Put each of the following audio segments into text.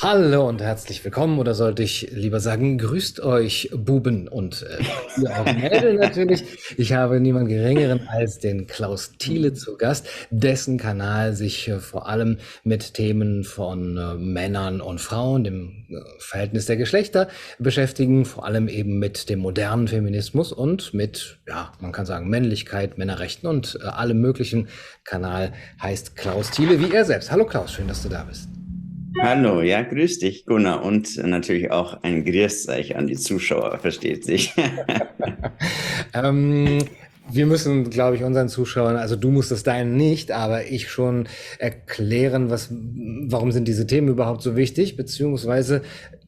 Hallo und herzlich willkommen, oder sollte ich lieber sagen, grüßt euch, Buben und ihr auch Mädel natürlich. Ich habe niemand Geringeren als den Klaus Thiele zu Gast, dessen Kanal sich vor allem mit Themen von Männern und Frauen, dem Verhältnis der Geschlechter beschäftigen, vor allem eben mit dem modernen Feminismus und mit, ja, man kann sagen, Männlichkeit, Männerrechten und allem möglichen. Kanal heißt Klaus Thiele, wie er selbst. Hallo Klaus, schön, dass du da bist. Hallo, ja, grüß dich, Gunnar. Und natürlich auch ein Grüß euch an die Zuschauer, versteht sich. Ähm, wir müssen, glaube ich, unseren Zuschauern, also du musst es deinen nicht, aber ich schon erklären, warum sind diese Themen überhaupt so wichtig, beziehungsweise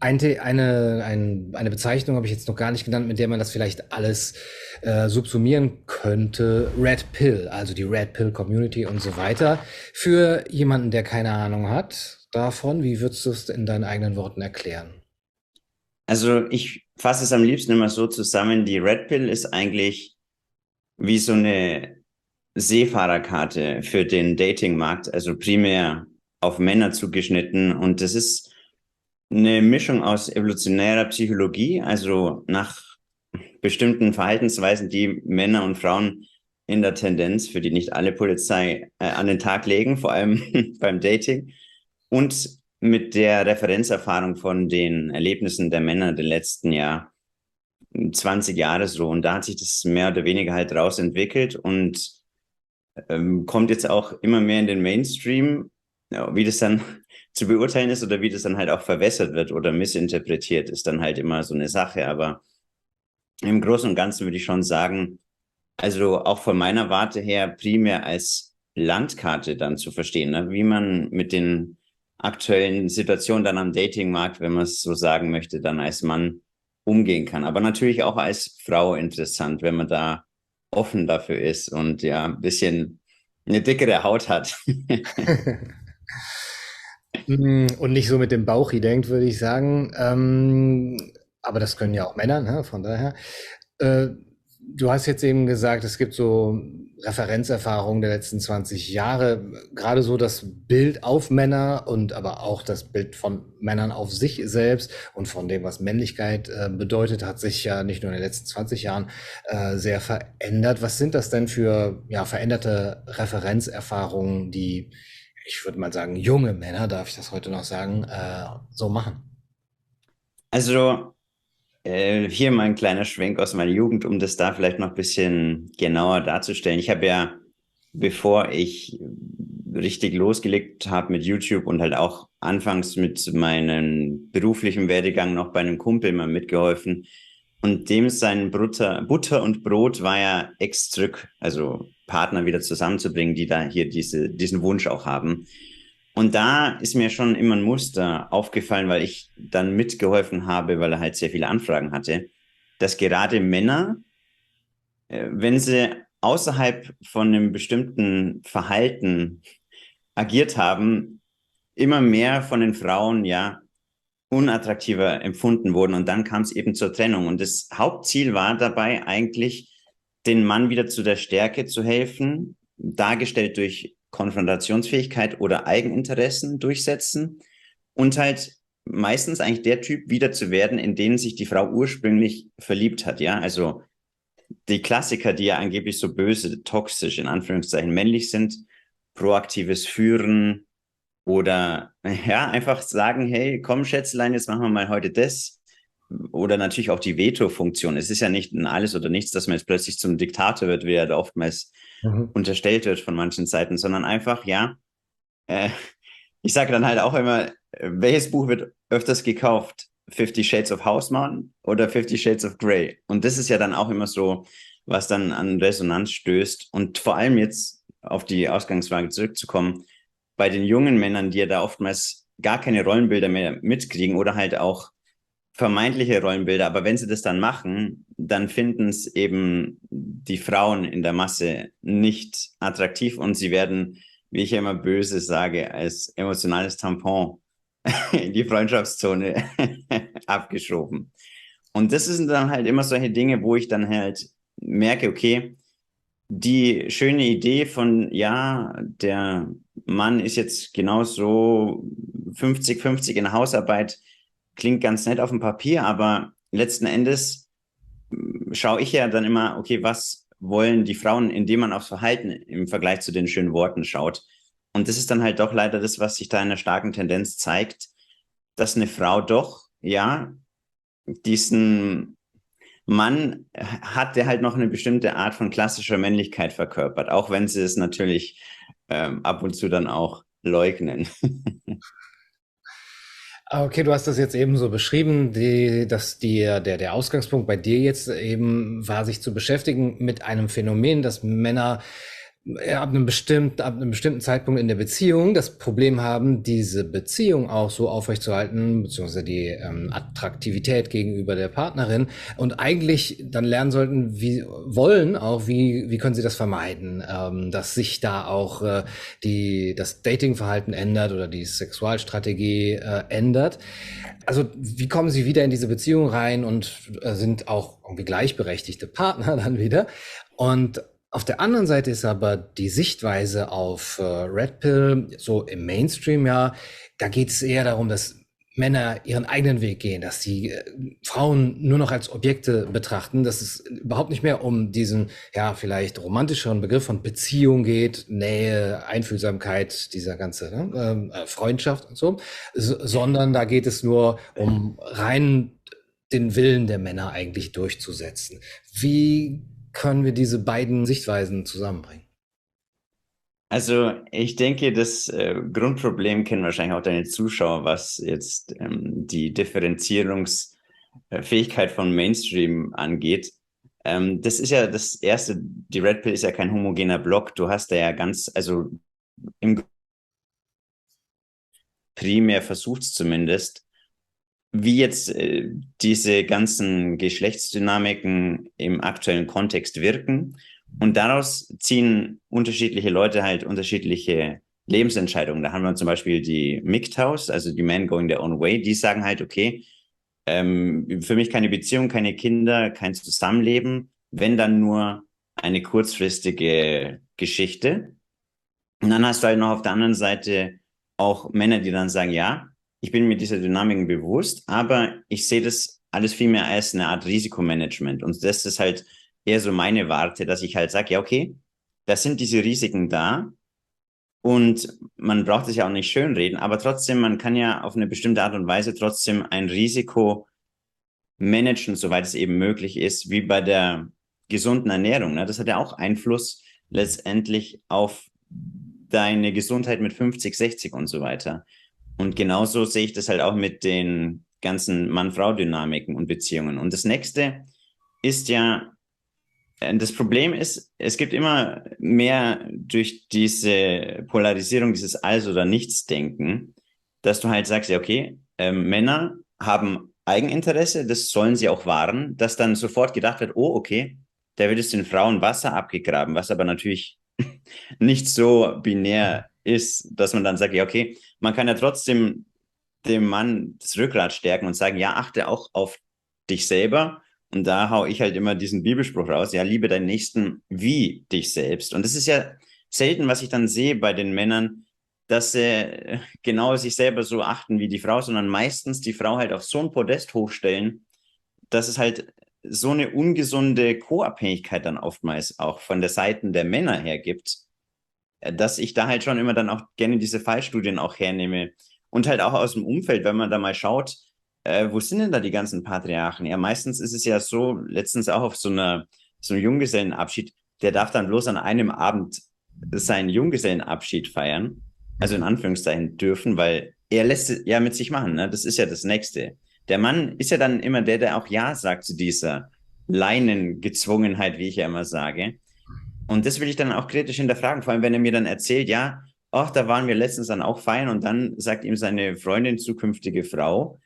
eine Bezeichnung habe ich jetzt noch gar nicht genannt, mit der man das vielleicht alles subsumieren könnte. Red Pill, also die Red Pill Community und so weiter. Für jemanden, der keine Ahnung hat davon, wie würdest du es in deinen eigenen Worten erklären? Also ich fasse es am liebsten immer so zusammen, die Red Pill ist eigentlich wie so eine Seefahrerkarte für den Datingmarkt, also primär auf Männer zugeschnitten. Und das ist eine Mischung aus evolutionärer Psychologie, also nach bestimmten Verhaltensweisen, die Männer und Frauen in der Tendenz, für die nicht alle Polizei an den Tag legen, vor allem beim Dating, und mit der Referenzerfahrung von den Erlebnissen der Männer der letzten 20 Jahre so. Und da hat sich das mehr oder weniger halt raus entwickelt und kommt jetzt auch immer mehr in den Mainstream. Ja, wie das dann zu beurteilen ist oder wie das dann halt auch verwässert wird oder missinterpretiert, ist dann halt immer so eine Sache. Aber im Großen und Ganzen würde ich schon sagen, also auch von meiner Warte her primär als Landkarte dann zu verstehen, ne? Wie man mit den aktuellen Situationen dann am Datingmarkt, wenn man es so sagen möchte, dann als Mann umgehen kann. Aber natürlich auch als Frau interessant, wenn man da offen dafür ist und ja, ein bisschen eine dickere Haut hat. Und nicht so mit dem Bauchi denkt, würde ich sagen. Aber das können ja auch Männer, ne? Von daher. Äh, Du hast jetzt eben gesagt, es gibt so Referenzerfahrungen der letzten 20 Jahre, gerade so das Bild auf Männer und aber auch das Bild von Männern auf sich selbst und von dem, was Männlichkeit bedeutet, hat sich ja nicht nur in den letzten 20 Jahren sehr verändert. Was sind das denn für ja, veränderte Referenzerfahrungen, die, ich würde mal sagen, junge Männer, darf ich das heute noch sagen, so machen? Also hier mal ein kleiner Schwenk aus meiner Jugend, um das da vielleicht noch ein bisschen genauer darzustellen. Ich habe ja, bevor ich richtig losgelegt habe mit YouTube und halt auch anfangs mit meinem beruflichen Werdegang noch bei einem Kumpel mal mitgeholfen. Und dem sein Butter und Brot war ja Ex-Zurück, also Partner wieder zusammenzubringen, die da hier diesen Wunsch auch haben. Und da ist mir schon immer ein Muster aufgefallen, weil ich dann mitgeholfen habe, weil er halt sehr viele Anfragen hatte, dass gerade Männer, wenn sie außerhalb von einem bestimmten Verhalten agiert haben, immer mehr von den Frauen ja unattraktiver empfunden wurden. Und dann kam es eben zur Trennung. Und das Hauptziel war dabei eigentlich, den Mann wieder zu der Stärke zu helfen, dargestellt durch Konfrontationsfähigkeit oder Eigeninteressen durchsetzen und halt meistens eigentlich der Typ wieder zu werden, in den sich die Frau ursprünglich verliebt hat. Ja, also die Klassiker, die ja angeblich so böse, toxisch in Anführungszeichen männlich sind, proaktives Führen, oder ja, einfach sagen, hey, komm, Schätzelein, jetzt machen wir mal heute das. Oder natürlich auch die Veto-Funktion. Es ist ja nicht ein Alles oder nichts, dass man jetzt plötzlich zum Diktator wird, wie er da oftmals Mhm. unterstellt wird von manchen Seiten, sondern einfach, ja, äh, ich sage dann halt auch immer, welches Buch wird öfters gekauft? Fifty Shades of Houseman oder Fifty Shades of Grey? Und das ist ja dann auch immer so, was dann an Resonanz stößt. Und vor allem jetzt auf die Ausgangsfrage zurückzukommen, bei den jungen Männern, die ja da oftmals gar keine Rollenbilder mehr mitkriegen oder halt auch vermeintliche Rollenbilder, aber wenn sie das dann machen, dann finden es eben die Frauen in der Masse nicht attraktiv und sie werden, wie ich ja immer böse sage, als emotionales Tampon in die Freundschaftszone abgeschoben. Und das sind dann halt immer solche Dinge, wo ich dann halt merke, okay, die schöne Idee von, ja, der Mann ist jetzt genauso 50-50 in Hausarbeit, klingt ganz nett auf dem Papier, aber letzten Endes schaue ich ja dann immer, okay, was wollen die Frauen, indem man aufs Verhalten im Vergleich zu den schönen Worten schaut. Und das ist dann halt doch leider das, was sich da in einer starken Tendenz zeigt, dass eine Frau doch, ja, diesen Mann hat, der halt noch eine bestimmte Art von klassischer Männlichkeit verkörpert, auch wenn sie es natürlich ab und zu dann auch leugnen. Okay, du hast das jetzt eben so beschrieben, dass der Ausgangspunkt bei dir jetzt eben war, sich zu beschäftigen mit einem Phänomen, dass Männer ab einem bestimmten Zeitpunkt in der Beziehung das Problem haben, diese Beziehung auch so aufrechtzuerhalten, beziehungsweise die Attraktivität gegenüber der Partnerin und eigentlich dann lernen sollten, wie können sie das vermeiden, dass sich da auch das Datingverhalten ändert oder die Sexualstrategie ändert. Also wie kommen sie wieder in diese Beziehung rein und sind auch irgendwie gleichberechtigte Partner dann wieder? Und auf der anderen Seite ist aber die Sichtweise auf Red Pill, so im Mainstream, ja, da geht es eher darum, dass Männer ihren eigenen Weg gehen, dass die Frauen nur noch als Objekte betrachten, dass es überhaupt nicht mehr um diesen, ja, vielleicht romantischeren Begriff von Beziehung geht, Nähe, Einfühlsamkeit, dieser ganze Freundschaft und so, sondern da geht es nur um rein den Willen der Männer eigentlich durchzusetzen. Wie können wir diese beiden Sichtweisen zusammenbringen? Also ich denke, das Grundproblem kennen wahrscheinlich auch deine Zuschauer, was jetzt die Differenzierungsfähigkeit von Mainstream angeht. Das ist ja das Erste, die Red Pill ist ja kein homogener Block. Du hast da ja ganz, also im primär versucht zumindest, wie jetzt diese ganzen Geschlechtsdynamiken im aktuellen Kontext wirken. Und daraus ziehen unterschiedliche Leute halt unterschiedliche Lebensentscheidungen. Da haben wir zum Beispiel die MGTOWs, also die Men Going Their Own Way, die sagen halt, okay, für mich keine Beziehung, keine Kinder, kein Zusammenleben, wenn dann nur eine kurzfristige Geschichte. Und dann hast du halt noch auf der anderen Seite auch Männer, die dann sagen, ja, ich bin mir dieser Dynamiken bewusst, aber ich sehe das alles viel mehr als eine Art Risikomanagement. Und das ist halt eher so meine Warte, dass ich halt sage, ja, okay, da sind diese Risiken da und man braucht es ja auch nicht schönreden, aber trotzdem, man kann ja auf eine bestimmte Art und Weise trotzdem ein Risiko managen, soweit es eben möglich ist, wie bei der gesunden Ernährung. Ne? Das hat ja auch Einfluss letztendlich auf deine Gesundheit mit 50, 60 und so weiter. Und genauso sehe ich das halt auch mit den ganzen Mann-Frau-Dynamiken und Beziehungen. Und das nächste ist ja, das Problem ist, es gibt immer mehr durch diese Polarisierung, dieses Alles- oder Nichts-Denken, dass du halt sagst, ja, okay, Männer haben Eigeninteresse, das sollen sie auch wahren, dass dann sofort gedacht wird, oh, okay, da wird es den Frauen Wasser abgegraben, was aber natürlich nicht so binär ist, dass man dann sagt, ja, okay, man kann ja trotzdem dem Mann das Rückgrat stärken und sagen, ja, achte auch auf dich selber. Und da hau ich halt immer diesen Bibelspruch raus, ja, liebe deinen Nächsten wie dich selbst. Und das ist ja selten, was ich dann sehe bei den Männern, dass sie genau sich selber so achten wie die Frau, sondern meistens die Frau halt auf so ein Podest hochstellen, dass es halt so eine ungesunde Co-Abhängigkeit dann oftmals auch von der Seite der Männer her gibt, dass ich da halt schon immer dann auch gerne diese Fallstudien auch hernehme und halt auch aus dem Umfeld, wenn man da mal schaut, wo sind denn da die ganzen Patriarchen? Ja, meistens ist es ja so, letztens auch auf so einem Junggesellenabschied, der darf dann bloß an einem Abend seinen Junggesellenabschied feiern, also in Anführungszeichen dürfen, weil er lässt es ja mit sich machen, ne? Das ist ja das Nächste. Der Mann ist ja dann immer der, der auch Ja sagt zu dieser Leinengezwungenheit, wie ich ja immer sage. Und das will ich dann auch kritisch hinterfragen, vor allem wenn er mir dann erzählt, ja, ach, da waren wir letztens dann auch feiern und dann sagt ihm seine Freundin, zukünftige Frau,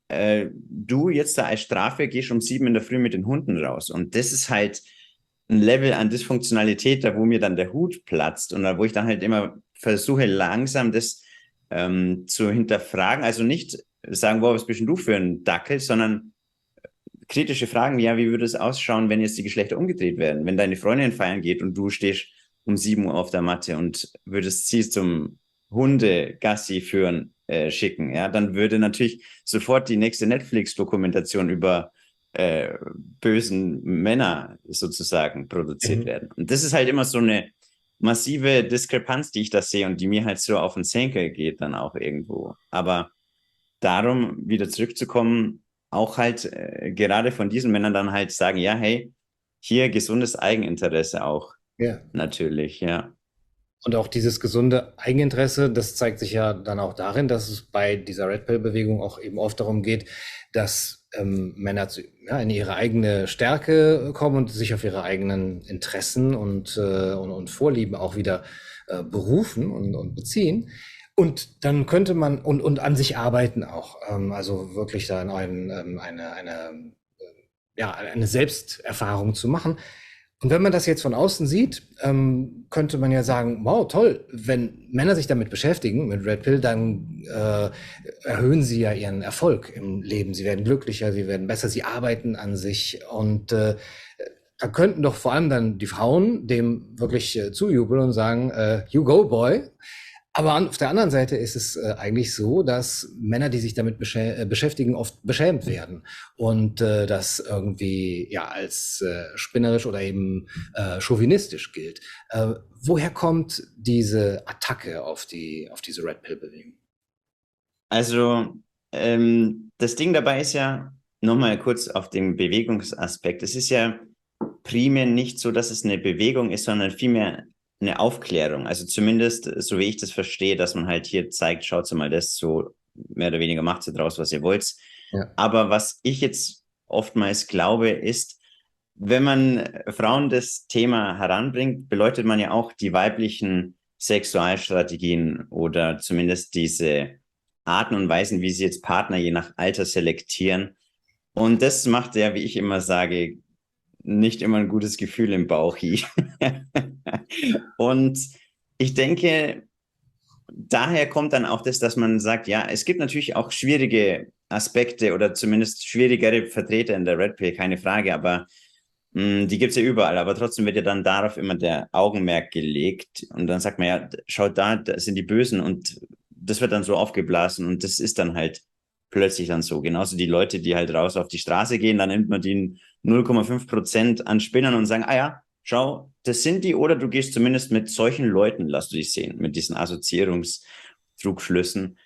du jetzt da als Strafe gehst um 7 in der Früh mit den Hunden raus. Und das ist halt ein Level an Dysfunktionalität, da wo mir dann der Hut platzt und da wo ich dann halt immer versuche, langsam das zu hinterfragen. Also nicht sagen, boah, was bist denn du für ein Dackel, sondern kritische Fragen wie, ja, wie würde es ausschauen, wenn jetzt die Geschlechter umgedreht werden? Wenn deine Freundin feiern geht und du stehst um 7 Uhr auf der Matte und würdest sie zum Hunde-Gassi führen schicken, ja, dann würde natürlich sofort die nächste Netflix-Dokumentation über bösen Männer sozusagen produziert Mhm. werden. Und das ist halt immer so eine massive Diskrepanz, die ich da sehe und die mir halt so auf den Senkel geht dann auch irgendwo. Aber darum wieder zurückzukommen, auch halt gerade von diesen Männern dann halt sagen, ja, hey, hier gesundes Eigeninteresse auch Ja. natürlich, ja. Und auch dieses gesunde Eigeninteresse, das zeigt sich ja dann auch darin, dass es bei dieser Red Pill-Bewegung auch eben oft darum geht, dass Männer ja, in ihre eigene Stärke kommen und sich auf ihre eigenen Interessen und Vorlieben auch wieder berufen und beziehen. Und dann könnte man und an sich arbeiten auch. Also wirklich da ja, eine Selbsterfahrung zu machen. Und wenn man das jetzt von außen sieht, könnte man ja sagen, wow, toll, wenn Männer sich damit beschäftigen, mit Red Pill, dann erhöhen sie ja ihren Erfolg im Leben. Sie werden glücklicher, sie werden besser, sie arbeiten an sich. Und da könnten doch vor allem dann die Frauen dem wirklich zujubeln und sagen, you go, boy. Aber auf der anderen Seite ist es eigentlich so, dass Männer, die sich damit beschäftigen, oft beschämt werden und das irgendwie ja als spinnerisch oder eben chauvinistisch gilt. Woher kommt diese Attacke auf diese Red Pill Bewegung? Also das Ding dabei ist ja, nochmal kurz auf den Bewegungsaspekt. Es ist ja primär nicht so, dass es eine Bewegung ist, sondern vielmehr eine Aufklärung. Also zumindest, so wie ich das verstehe, dass man halt hier zeigt, schaut mal das so, mehr oder weniger macht ihr draus, was ihr wollt. Ja. Aber was ich jetzt oftmals glaube, ist, wenn man Frauen das Thema heranbringt, beleuchtet man ja auch die weiblichen Sexualstrategien oder zumindest diese Arten und Weisen, wie sie jetzt Partner je nach Alter selektieren. Und das macht ja, wie ich immer sage, nicht immer ein gutes Gefühl im Bauch. Und ich denke, daher kommt dann auch das, dass man sagt, ja, es gibt natürlich auch schwierige Aspekte oder zumindest schwierigere Vertreter in der Red Pill, keine Frage, aber die gibt es ja überall, aber trotzdem wird ja dann darauf immer der Augenmerk gelegt und dann sagt man ja, schaut da, da sind die Bösen und das wird dann so aufgeblasen und das ist dann halt plötzlich dann so. Genauso die Leute, die halt raus auf die Straße gehen, dann nimmt man die 0,5% an Spinnern und sagen, ah ja, schau, das sind die, oder du gehst zumindest mit solchen Leuten, lass du dich sehen, mit diesen Assoziierungstrugschlüssen.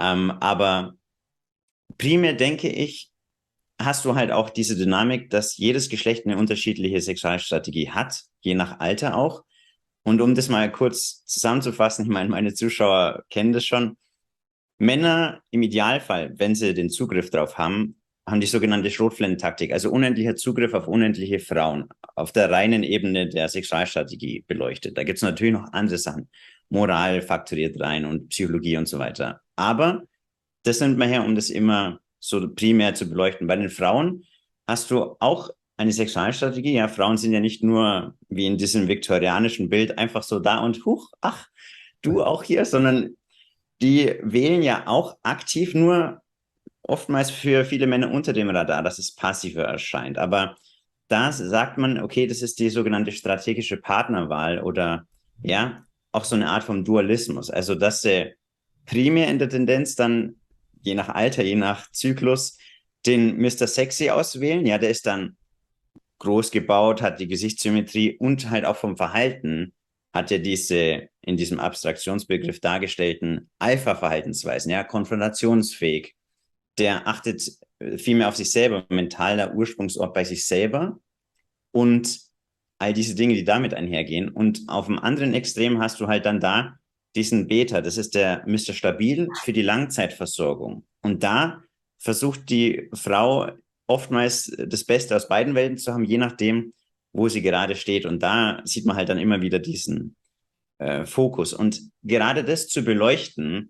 Aber primär denke ich, hast du halt auch diese Dynamik, dass jedes Geschlecht eine unterschiedliche Sexualstrategie hat, je nach Alter auch. Und um das mal kurz zusammenzufassen, ich meine, meine Zuschauer kennen das schon. Männer im Idealfall, wenn sie den Zugriff drauf haben, haben die sogenannte Schrotflintentaktik, also unendlicher Zugriff auf unendliche Frauen, auf der reinen Ebene der Sexualstrategie beleuchtet. Da gibt es natürlich noch andere Sachen. Moral faktoriert rein und Psychologie und so weiter. Aber das nimmt man her, um das immer so primär zu beleuchten. Bei den Frauen hast du auch eine Sexualstrategie. Ja, Frauen sind ja nicht nur wie in diesem viktorianischen Bild einfach so da und huch, ach, du auch hier, sondern die wählen ja auch aktiv nur oftmals für viele Männer unter dem Radar, dass es passiver erscheint. Aber da sagt man, okay, das ist die sogenannte strategische Partnerwahl oder ja, auch so eine Art von Dualismus. Also, dass sie primär in der Tendenz dann je nach Alter, je nach Zyklus den Mr. Sexy auswählen. Ja, der ist dann groß gebaut, hat die Gesichtssymmetrie und halt auch vom Verhalten hat er diese in diesem Abstraktionsbegriff dargestellten Alpha-Verhaltensweisen, ja, konfrontationsfähig. Der achtet viel mehr auf sich selber, mentaler Ursprungsort bei sich selber und all diese Dinge, die damit einhergehen. Und auf dem anderen Extrem hast du halt dann da diesen Beta, das ist der Mr. Stabil für die Langzeitversorgung. Und da versucht die Frau oftmals das Beste aus beiden Welten zu haben, je nachdem, wo sie gerade steht. Und da sieht man halt dann immer wieder diesen Fokus. Und gerade das zu beleuchten,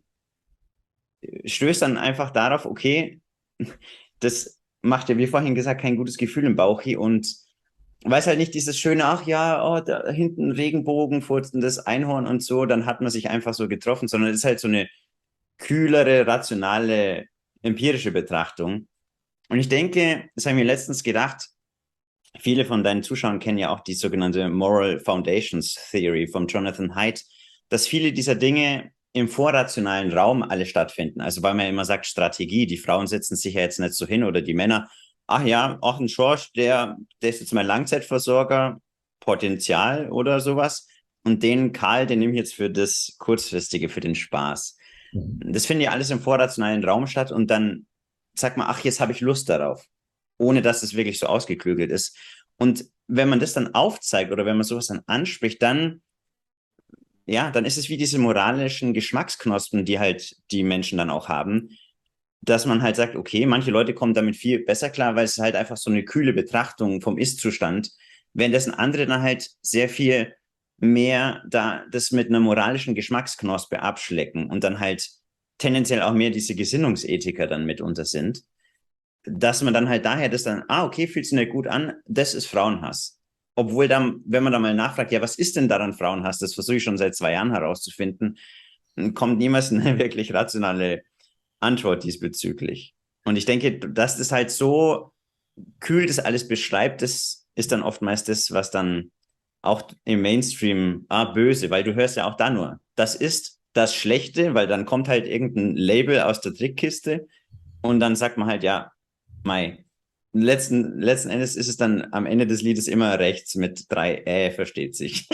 stößt dann einfach darauf, okay, das macht ja, wie vorhin gesagt, kein gutes Gefühl im Bauch hier und weiß halt nicht dieses schöne, ach ja, oh, da hinten Regenbogen, furzendes Einhorn und so, dann hat man sich einfach so getroffen, sondern es ist halt so eine kühlere, rationale, empirische Betrachtung. Und ich denke, das habe ich mir letztens gedacht, viele von deinen Zuschauern kennen ja auch die sogenannte Moral Foundations Theory von Jonathan Haidt, dass viele dieser Dinge im vorrationalen Raum alle stattfinden. Also weil man ja immer sagt, Strategie, die Frauen setzen sich ja jetzt nicht so hin oder die Männer, ach ja, auch ein Schorsch, der ist jetzt mein Langzeitversorger, Potenzial oder sowas. Und den Karl, den nehme ich jetzt für das Kurzfristige, für den Spaß. Mhm. Das findet ja alles im vorrationalen Raum statt und dann sagt man, ach, jetzt habe ich Lust darauf, ohne dass es wirklich so ausgeklügelt ist. Und wenn man das dann aufzeigt oder wenn man sowas dann anspricht, dann, ja, dann ist es wie diese moralischen Geschmacksknospen, die halt die Menschen dann auch haben, dass man halt sagt, okay, manche Leute kommen damit viel besser klar, weil es halt einfach so eine kühle Betrachtung vom Ist-Zustand, währenddessen andere dann halt sehr viel mehr da das mit einer moralischen Geschmacksknospe abschlecken und dann halt tendenziell auch mehr diese Gesinnungsethiker dann mitunter sind, dass man dann halt daher das dann, okay, fühlt sich nicht gut an, das ist Frauenhass. Obwohl dann, wenn man da mal nachfragt, ja, was ist denn daran Frauenhass? Das versuche ich schon seit 2 Jahren herauszufinden, kommt niemals eine wirklich rationale Antwort diesbezüglich. Und ich denke, dass das halt so kühl das alles beschreibt, das ist dann oftmals das, was dann auch im Mainstream, böse, weil du hörst ja auch da nur, das ist das Schlechte, weil dann kommt halt irgendein Label aus der Trickkiste und dann sagt man halt, ja, Mai. Letzten Endes ist es dann am Ende des Liedes immer rechts mit 3, versteht sich.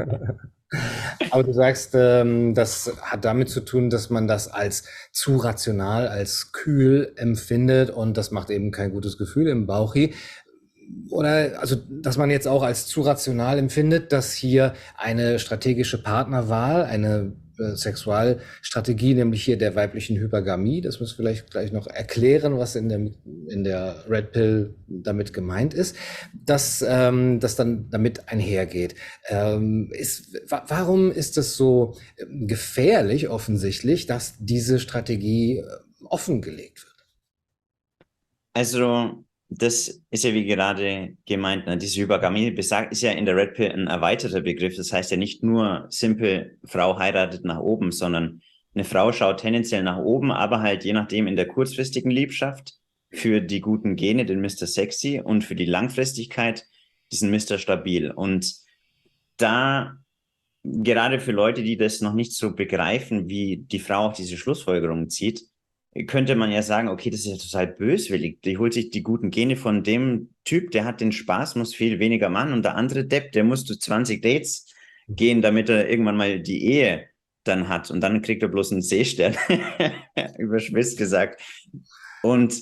Aber du sagst, das hat damit zu tun, dass man das als zu rational, als kühl empfindet und das macht eben kein gutes Gefühl im Bauchi. Oder also, dass man jetzt auch als zu rational empfindet, dass hier eine strategische Partnerwahl, eine Sexualstrategie, nämlich hier der weiblichen Hypergamie, das muss vielleicht gleich noch erklären, was in der Red Pill damit gemeint ist, dass das dann damit einhergeht. Warum ist es so gefährlich offensichtlich, dass diese Strategie offengelegt wird? Also, das ist ja wie gerade gemeint, ne? Diese Hypergamie besagt, ist ja in der Red Pill ein erweiterter Begriff. Das heißt ja nicht nur simpel, Frau heiratet nach oben, sondern eine Frau schaut tendenziell nach oben, aber halt je nachdem in der kurzfristigen Liebschaft für die guten Gene, den Mr. Sexy, und für die Langfristigkeit diesen Mr. Stabil. Und da gerade für Leute, die das noch nicht so begreifen, wie die Frau auch diese Schlussfolgerungen zieht, könnte man ja sagen, okay, das ist ja total böswillig. Die holt sich die guten Gene von dem Typ, der hat den Spaß, muss viel weniger machen und der andere Depp, der muss zu 20 Dates gehen, damit er irgendwann mal die Ehe dann hat und dann kriegt er bloß einen Seestern, überspitzt gesagt. Und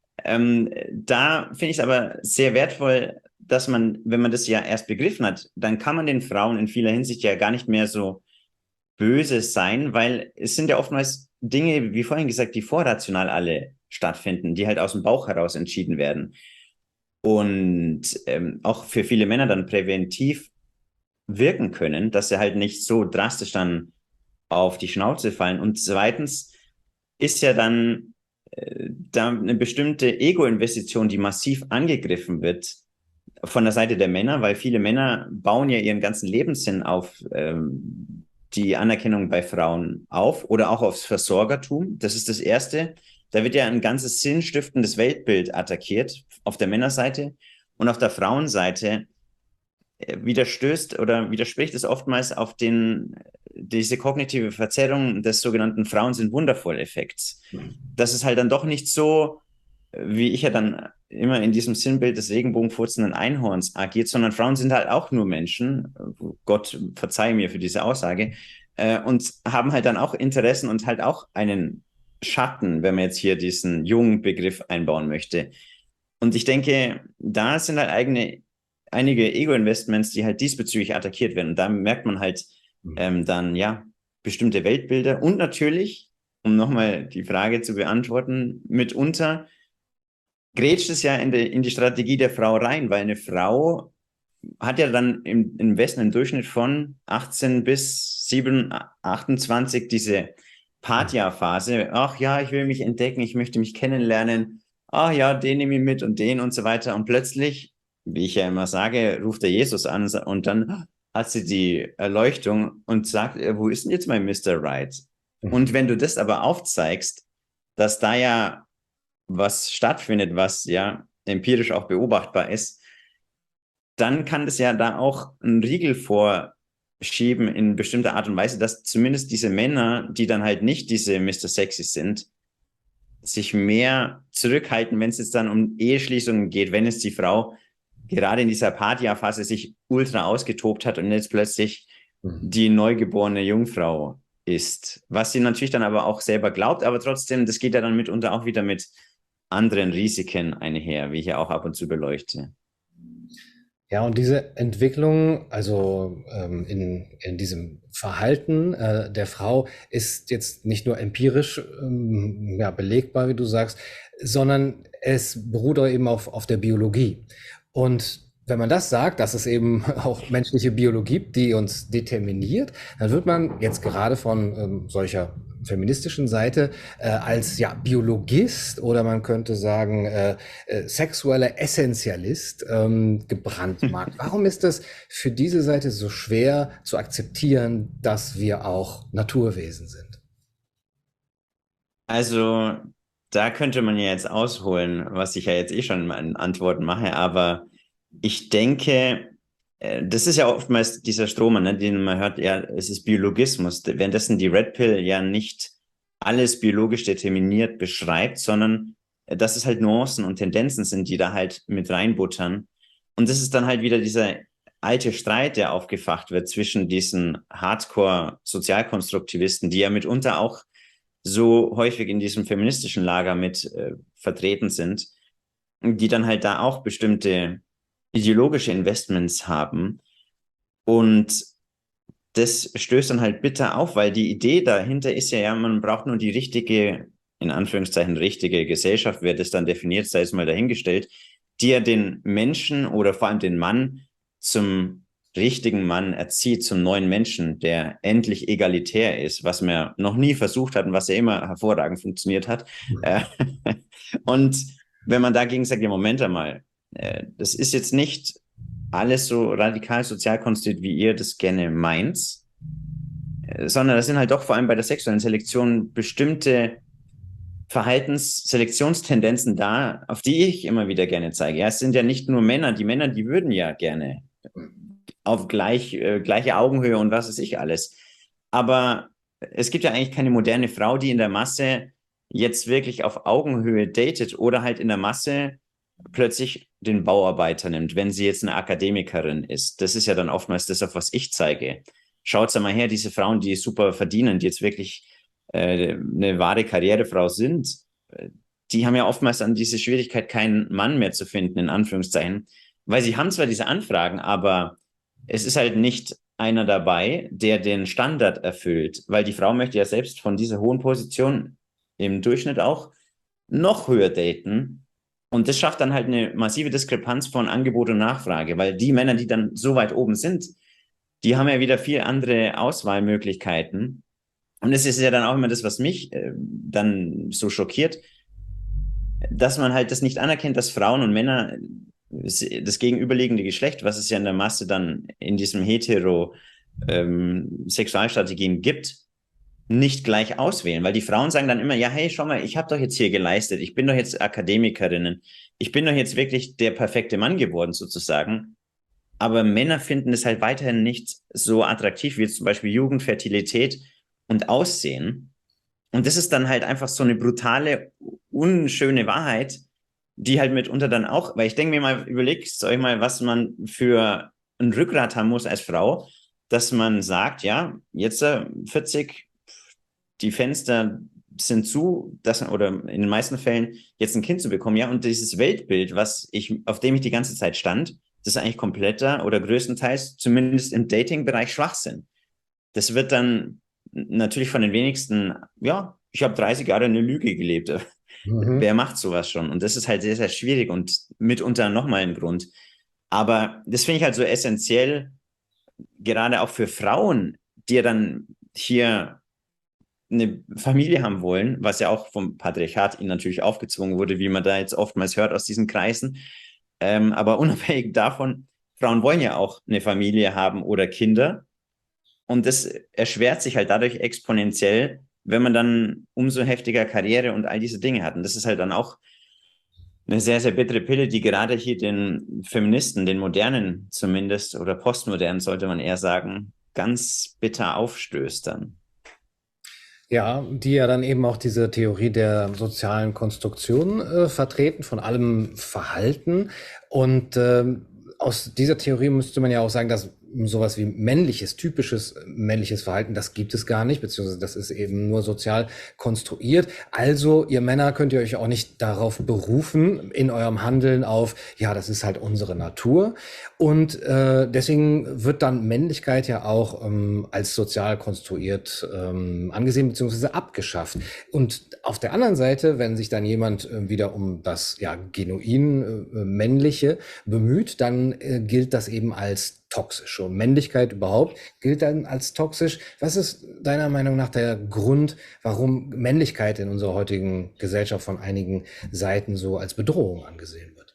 da finde ich es aber sehr wertvoll, dass man, wenn man das ja erst begriffen hat, dann kann man den Frauen in vieler Hinsicht ja gar nicht mehr so böse sein, weil es sind ja oftmals Dinge, wie vorhin gesagt, die vorrational alle stattfinden, die halt aus dem Bauch heraus entschieden werden. Und auch für viele Männer dann präventiv wirken können, dass sie halt nicht so drastisch dann auf die Schnauze fallen. Und zweitens ist ja dann da eine bestimmte Ego-Investition, die massiv angegriffen wird von der Seite der Männer, weil viele Männer bauen ja ihren ganzen Lebenssinn auf die Anerkennung bei Frauen auf oder auch aufs Versorgertum. Das ist das Erste. Da wird ja ein ganzes sinnstiftendes Weltbild attackiert auf der Männerseite und auf der Frauenseite widerspricht es oftmals auf diese kognitive Verzerrung des sogenannten Frauen sind wundervoll Effekts. Das ist halt dann doch nicht so, wie ich ja dann immer in diesem Sinnbild des regenbogenfurzenden Einhorns agiert, sondern Frauen sind halt auch nur Menschen. Gott verzeihe mir für diese Aussage. Und haben halt dann auch Interessen und halt auch einen Schatten, wenn man jetzt hier diesen jungen Begriff einbauen möchte. Und ich denke, da sind halt einige Ego-Investments, die halt diesbezüglich attackiert werden. Und da merkt man halt dann, ja, bestimmte Weltbilder. Und natürlich, um nochmal die Frage zu beantworten, mitunter grätscht es ja in die Strategie der Frau rein, weil eine Frau hat ja dann im Westen einen Durchschnitt von 18 bis 7, 28 diese Paartjahrphase. Ach ja, ich will mich entdecken, ich möchte mich kennenlernen. Ach ja, den nehme ich mit und den und so weiter. Und plötzlich, wie ich ja immer sage, ruft der Jesus an und dann hat sie die Erleuchtung und sagt, wo ist denn jetzt mein Mr. Right? Und wenn du das aber aufzeigst, dass da ja was stattfindet, was ja empirisch auch beobachtbar ist, dann kann das ja da auch einen Riegel vorschieben in bestimmter Art und Weise, dass zumindest diese Männer, die dann halt nicht diese Mr. Sexy sind, sich mehr zurückhalten, wenn es jetzt dann um Eheschließungen geht, wenn es die Frau gerade in dieser Partyphase sich ultra ausgetobt hat und jetzt plötzlich die neugeborene Jungfrau ist. Was sie natürlich dann aber auch selber glaubt, aber trotzdem, das geht ja dann mitunter auch wieder mit anderen Risiken einher, wie ich ja auch ab und zu beleuchte. Ja, und diese Entwicklung, also in diesem Verhalten der Frau, ist jetzt nicht nur empirisch ja, belegbar, wie du sagst, sondern es beruht auch eben auf der Biologie. Und wenn man das sagt, dass es eben auch menschliche Biologie gibt, die uns determiniert, dann wird man jetzt gerade von solcher feministischen Seite als ja Biologist oder man könnte sagen sexueller Essentialist gebrandmarkt. Warum ist es für diese Seite so schwer zu akzeptieren, dass wir auch Naturwesen sind? Also, da könnte man ja jetzt ausholen, was ich ja jetzt eh schon in Antworten mache, aber ich denke, das ist ja oftmals dieser Strom, ne, den man hört, ja, es ist Biologismus, währenddessen die Red Pill ja nicht alles biologisch determiniert beschreibt, sondern dass es halt Nuancen und Tendenzen sind, die da halt mit reinbuttern. Und das ist dann halt wieder dieser alte Streit, der aufgefacht wird zwischen diesen Hardcore-Sozialkonstruktivisten, die ja mitunter auch so häufig in diesem feministischen Lager mit vertreten sind, die dann halt da auch bestimmte ideologische Investments haben. Und das stößt dann halt bitter auf, weil die Idee dahinter ist ja, man braucht nur die richtige, in Anführungszeichen richtige Gesellschaft, wer das dann definiert, sei es mal dahingestellt, die ja den Menschen oder vor allem den Mann zum richtigen Mann erzieht, zum neuen Menschen, der endlich egalitär ist, was man ja noch nie versucht hat und was ja immer hervorragend funktioniert hat. Und wenn man dagegen sagt, ja, Moment einmal, das ist jetzt nicht alles so radikal sozial konstruiert, wie ihr das gerne meint, sondern das sind halt doch vor allem bei der sexuellen Selektion bestimmte Verhaltensselektionstendenzen da, auf die ich immer wieder gerne zeige. Ja, es sind ja nicht nur Männer, die würden ja gerne auf gleiche Augenhöhe und was weiß ich alles. Aber es gibt ja eigentlich keine moderne Frau, die in der Masse jetzt wirklich auf Augenhöhe datet oder halt in der Masse plötzlich den Bauarbeiter nimmt, wenn sie jetzt eine Akademikerin ist. Das ist ja dann oftmals das, auf was ich zeige. Schaut's mal her, diese Frauen, die super verdienen, die jetzt wirklich eine wahre Karrierefrau sind, die haben ja oftmals dann diese Schwierigkeit, keinen Mann mehr zu finden, in Anführungszeichen, weil sie haben zwar diese Anfragen, aber es ist halt nicht einer dabei, der den Standard erfüllt, weil die Frau möchte ja selbst von dieser hohen Position im Durchschnitt auch noch höher daten. Und das schafft dann halt eine massive Diskrepanz von Angebot und Nachfrage, weil die Männer, die dann so weit oben sind, die haben ja wieder viel andere Auswahlmöglichkeiten. Und es ist ja dann auch immer das, was mich dann so schockiert, dass man halt das nicht anerkennt, dass Frauen und Männer das gegenüberliegende Geschlecht, was es ja in der Masse dann in diesem Hetero-Sexualstrategien gibt, nicht gleich auswählen, weil die Frauen sagen dann immer, ja, hey, schau mal, ich habe doch jetzt hier geleistet, ich bin doch jetzt Akademikerinnen, ich bin doch jetzt wirklich der perfekte Mann geworden sozusagen, aber Männer finden es halt weiterhin nicht so attraktiv wie jetzt zum Beispiel Jugend, Fertilität und Aussehen. Und das ist dann halt einfach so eine brutale, unschöne Wahrheit, die halt mitunter dann auch, weil ich denke mir mal, überlegt euch mal, was man für ein Rückgrat haben muss als Frau, dass man sagt, ja, jetzt 40, die Fenster sind zu, oder in den meisten Fällen jetzt ein Kind zu bekommen, ja, und dieses Weltbild, auf dem ich die ganze Zeit stand, das ist eigentlich kompletter oder größtenteils, zumindest im Dating-Bereich, Schwachsinn. Das wird dann natürlich von den wenigsten, ja, ich habe 30 Jahre eine Lüge gelebt. Wer macht sowas schon? Und das ist halt sehr, sehr schwierig und mitunter nochmal ein Grund. Aber das finde ich halt so essentiell, gerade auch für Frauen, die ja dann hier eine Familie haben wollen, was ja auch vom Patriarchat ihnen natürlich aufgezwungen wurde, wie man da jetzt oftmals hört aus diesen Kreisen. Aber unabhängig davon, Frauen wollen ja auch eine Familie haben oder Kinder. Und das erschwert sich halt dadurch exponentiell, wenn man dann umso heftiger Karriere und all diese Dinge hat. Und das ist halt dann auch eine sehr, sehr bittere Pille, die gerade hier den Feministen, den Modernen zumindest, oder Postmodernen sollte man eher sagen, ganz bitter aufstößt dann. Ja, die ja dann eben auch diese Theorie der sozialen Konstruktion vertreten, von allem Verhalten. Und aus dieser Theorie müsste man ja auch sagen, dass sowas wie männliches, typisches männliches Verhalten, das gibt es gar nicht, beziehungsweise das ist eben nur sozial konstruiert. Also, ihr Männer könnt ihr euch auch nicht darauf berufen, in eurem Handeln auf, ja, das ist halt unsere Natur. Und deswegen wird dann Männlichkeit ja auch als sozial konstruiert angesehen beziehungsweise abgeschafft. Und auf der anderen Seite, wenn sich dann jemand wieder um das ja genuin männliche bemüht, dann gilt das eben als toxisch. Und Männlichkeit überhaupt gilt dann als toxisch. Was ist deiner Meinung nach der Grund, warum Männlichkeit in unserer heutigen Gesellschaft von einigen Seiten so als Bedrohung angesehen wird?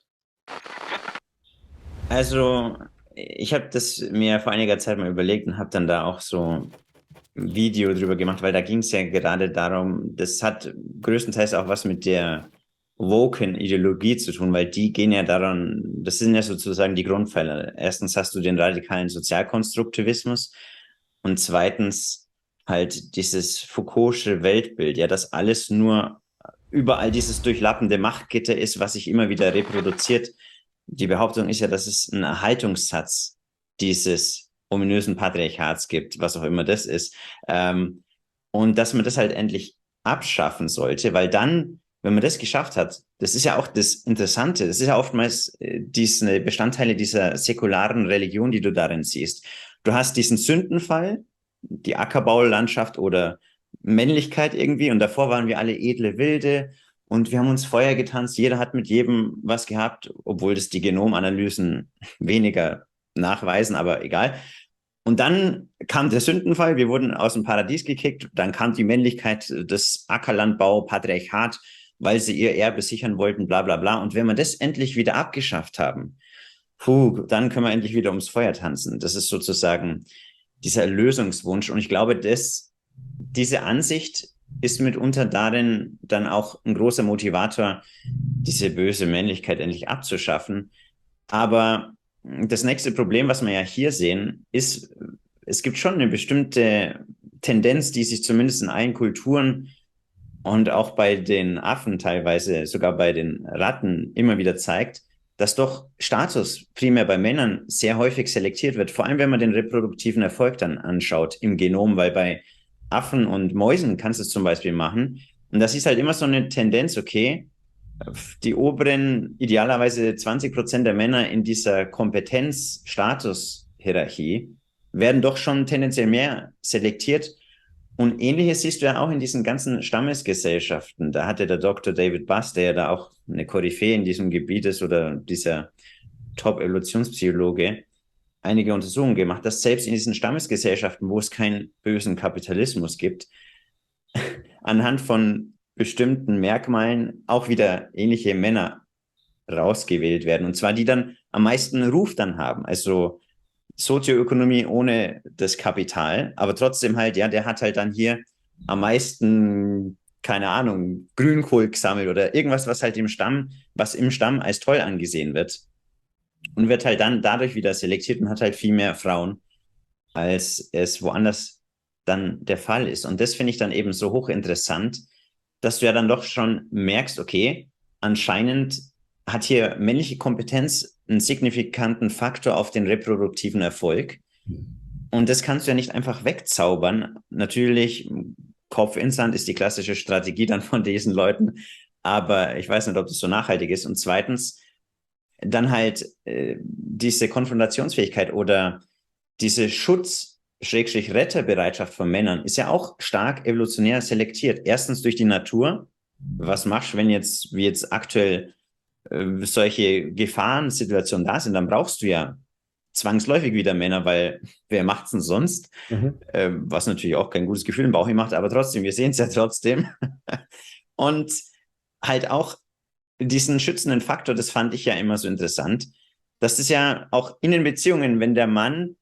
Also, ich habe das mir vor einiger Zeit mal überlegt und habe dann da auch so ein Video drüber gemacht, weil da ging es ja gerade darum, das hat größtenteils auch was mit der woken Ideologie zu tun, weil die gehen ja daran, das sind ja sozusagen die Grundpfeiler. Erstens hast du den radikalen Sozialkonstruktivismus und zweitens halt dieses Foucault'sche Weltbild, ja, dass alles nur überall dieses durchlappende Machtgitter ist, was sich immer wieder reproduziert. Die Behauptung ist ja, dass es einen Erhaltungssatz dieses ominösen Patriarchats gibt, was auch immer das ist. Und dass man das halt endlich abschaffen sollte, weil dann, wenn man das geschafft hat, das ist ja auch das Interessante, das ist ja oftmals diese Bestandteile dieser säkularen Religion, die du darin siehst. Du hast diesen Sündenfall, die Ackerbaulandschaft oder Männlichkeit irgendwie und davor waren wir alle edle Wilde und wir haben uns Feuer getanzt, jeder hat mit jedem was gehabt, obwohl das die Genomanalysen weniger nachweisen, aber egal. Und dann kam der Sündenfall, wir wurden aus dem Paradies gekickt, dann kam die Männlichkeit, das Ackerlandbau, Patriarchat, weil sie ihr Erbe sichern wollten, bla bla bla. Und wenn wir das endlich wieder abgeschafft haben, dann können wir endlich wieder ums Feuer tanzen. Das ist sozusagen dieser Erlösungswunsch. Und ich glaube, diese Ansicht ist mitunter darin dann auch ein großer Motivator, diese böse Männlichkeit endlich abzuschaffen. Aber das nächste Problem, was wir ja hier sehen, ist, es gibt schon eine bestimmte Tendenz, die sich zumindest in allen Kulturen und auch bei den Affen teilweise, sogar bei den Ratten immer wieder zeigt, dass doch Status primär bei Männern sehr häufig selektiert wird, vor allem wenn man den reproduktiven Erfolg dann anschaut im Genom, weil bei Affen und Mäusen kannst du es zum Beispiel machen. Und das ist halt immer so eine Tendenz, okay, die oberen, idealerweise 20% der Männer in dieser Kompetenz-Status-Hierarchie werden doch schon tendenziell mehr selektiert. Und Ähnliches siehst du ja auch in diesen ganzen Stammesgesellschaften. Da hatte der Dr. David Buss, der ja da auch eine Koryphäe in diesem Gebiet ist oder dieser Top-Evolutionspsychologe, einige Untersuchungen gemacht, dass selbst in diesen Stammesgesellschaften, wo es keinen bösen Kapitalismus gibt, anhand von bestimmten Merkmalen auch wieder ähnliche Männer rausgewählt werden. Und zwar die dann am meisten Ruf dann haben. Also Sozioökonomie ohne das Kapital, aber trotzdem halt, ja, der hat halt dann hier am meisten, keine Ahnung, Grünkohl gesammelt oder irgendwas, was im Stamm als toll angesehen wird und wird halt dann dadurch wieder selektiert und hat halt viel mehr Frauen, als es woanders dann der Fall ist. Und das finde ich dann eben so hochinteressant, dass du ja dann doch schon merkst, okay, anscheinend hat hier männliche Kompetenz einen signifikanten Faktor auf den reproduktiven Erfolg. Und das kannst du ja nicht einfach wegzaubern. Natürlich, Kopf ins Sand ist die klassische Strategie dann von diesen Leuten. Aber ich weiß nicht, ob das so nachhaltig ist. Und zweitens, dann halt diese Konfrontationsfähigkeit oder diese Schutz-Retterbereitschaft von Männern ist ja auch stark evolutionär selektiert. Erstens durch die Natur. Was machst du, wenn jetzt, wie jetzt aktuell, solche Gefahrensituationen da sind, dann brauchst du ja zwangsläufig wieder Männer, weil wer macht's denn sonst? Was natürlich auch kein gutes Gefühl im Bauch macht, aber trotzdem, wir sehen es ja trotzdem. Und halt auch diesen schützenden Faktor, das fand ich ja immer so interessant, dass das ja auch in den Beziehungen, wenn der Mann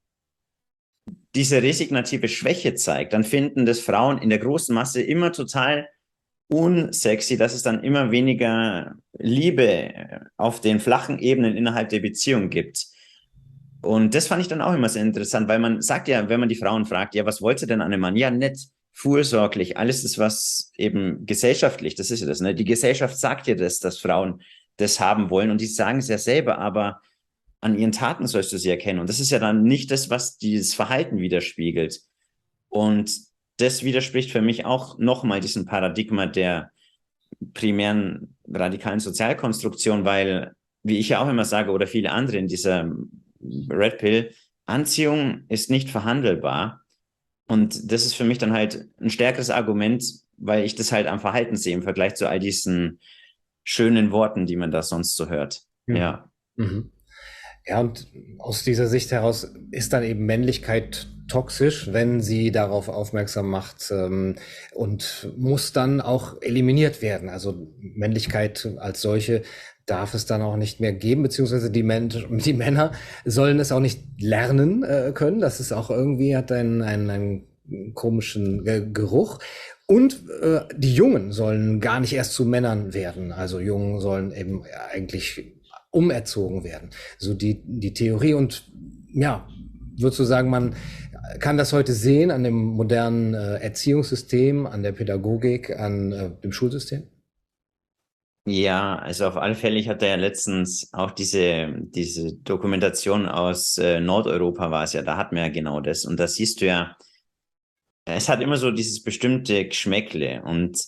diese resignative Schwäche zeigt, dann finden das Frauen in der großen Masse immer total unsexy, dass es dann immer weniger Liebe auf den flachen Ebenen innerhalb der Beziehung gibt. Und das fand ich dann auch immer sehr interessant, weil man sagt ja, wenn man die Frauen fragt, ja, was wollt ihr denn an einem Mann? Ja, nett, fürsorglich, alles das, was eben gesellschaftlich, das ist ja das, ne? Die Gesellschaft sagt ja das, dass Frauen das haben wollen und die sagen es ja selber, aber an ihren Taten sollst du sie erkennen. Und das ist ja dann nicht das, was dieses Verhalten widerspiegelt. Und das widerspricht für mich auch nochmal diesem Paradigma der primären radikalen Sozialkonstruktion, weil, wie ich ja auch immer sage, oder viele andere in dieser Red Pill, Anziehung ist nicht verhandelbar. Und das ist für mich dann halt ein stärkeres Argument, weil ich das halt am Verhalten sehe im Vergleich zu all diesen schönen Worten, die man da sonst so hört. Mhm. Ja. Mhm. Ja, und aus dieser Sicht heraus ist dann eben Männlichkeit toxisch, wenn sie darauf aufmerksam macht, und muss dann auch eliminiert werden. Also Männlichkeit als solche darf es dann auch nicht mehr geben, beziehungsweise die Männer sollen es auch nicht lernen können. Das ist auch irgendwie, hat einen komischen Geruch. Und die Jungen sollen gar nicht erst zu Männern werden. Also Jungen sollen eben eigentlich umerzogen werden. So die Theorie. Und ja, würdest du sagen, man kann das heute sehen an dem modernen Erziehungssystem, an der Pädagogik, an dem Schulsystem? Ja, also auf alle Fälle, ich hatte ja letztens auch diese Dokumentation aus Nordeuropa war es ja, da hatten wir ja genau das. Und da siehst du ja, es hat immer so dieses bestimmte Geschmäckle. Und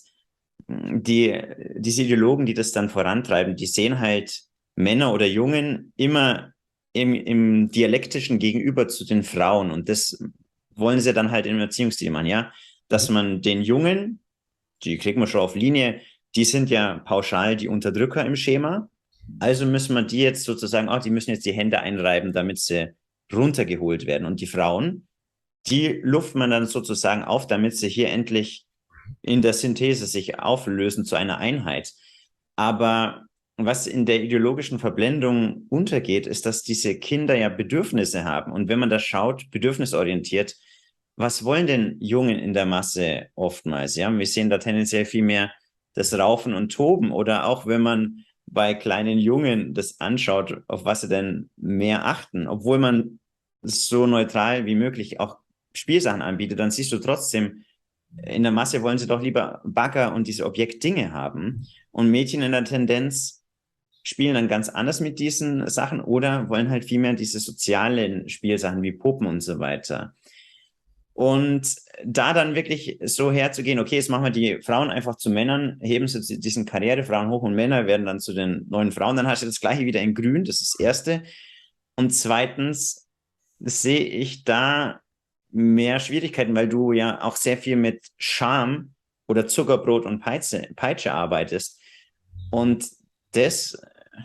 diese Ideologen, die das dann vorantreiben, die sehen halt Männer oder Jungen immer im dialektischen Gegenüber zu den Frauen. Und das wollen sie dann halt im Erziehungsstil machen, ja. Dass man den Jungen, die kriegt man schon auf Linie, die sind ja pauschal die Unterdrücker im Schema. Also müssen wir die jetzt sozusagen auch, die müssen jetzt die Hände einreiben, damit sie runtergeholt werden. Und die Frauen, die luft man dann sozusagen auf, damit sie hier endlich in der Synthese sich auflösen zu einer Einheit. Aber was in der ideologischen Verblendung untergeht, ist, dass diese Kinder ja Bedürfnisse haben. Und wenn man das schaut, bedürfnisorientiert, was wollen denn Jungen in der Masse oftmals? Ja, wir sehen da tendenziell viel mehr das Raufen und Toben oder auch wenn man bei kleinen Jungen das anschaut, auf was sie denn mehr achten, obwohl man so neutral wie möglich auch Spielsachen anbietet, dann siehst du trotzdem, in der Masse wollen sie doch lieber Bagger und diese Objektdinge haben. Und Mädchen in der Tendenz spielen dann ganz anders mit diesen Sachen oder wollen halt viel mehr diese sozialen Spielsachen wie Puppen und so weiter. Und da dann wirklich so herzugehen, okay, jetzt machen wir die Frauen einfach zu Männern, heben sie diesen Karrierefrauen hoch und Männer werden dann zu den neuen Frauen, dann hast du das Gleiche wieder in Grün, das ist das Erste. Und zweitens sehe ich da mehr Schwierigkeiten, weil du ja auch sehr viel mit Scham oder Zuckerbrot und Peitsche arbeitest. Und das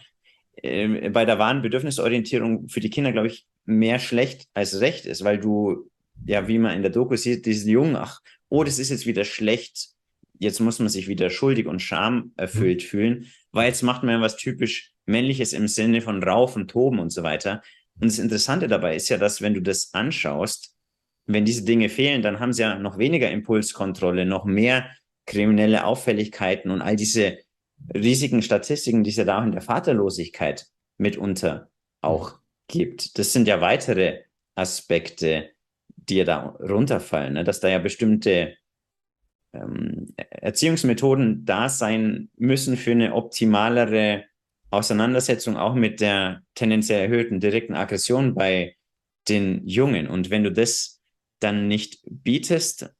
bei der wahren Bedürfnisorientierung für die Kinder, glaube ich, mehr schlecht als recht ist, weil du, ja, wie man in der Doku sieht, diesen Jungen, ach, oh, das ist jetzt wieder schlecht, jetzt muss man sich wieder schuldig und schamerfüllt fühlen, weil jetzt macht man ja was typisch Männliches im Sinne von Raufen, Toben und so weiter. Und das Interessante dabei ist ja, dass wenn du das anschaust, wenn diese Dinge fehlen, dann haben sie ja noch weniger Impulskontrolle, noch mehr kriminelle Auffälligkeiten und all diese riesigen Statistiken, die es ja da auch in der Vaterlosigkeit mitunter auch gibt. Das sind ja weitere Aspekte, die ja da runterfallen, ne? Dass da ja bestimmte Erziehungsmethoden da sein müssen für eine optimalere Auseinandersetzung auch mit der tendenziell erhöhten direkten Aggression bei den Jungen. Und wenn du das dann nicht bietest,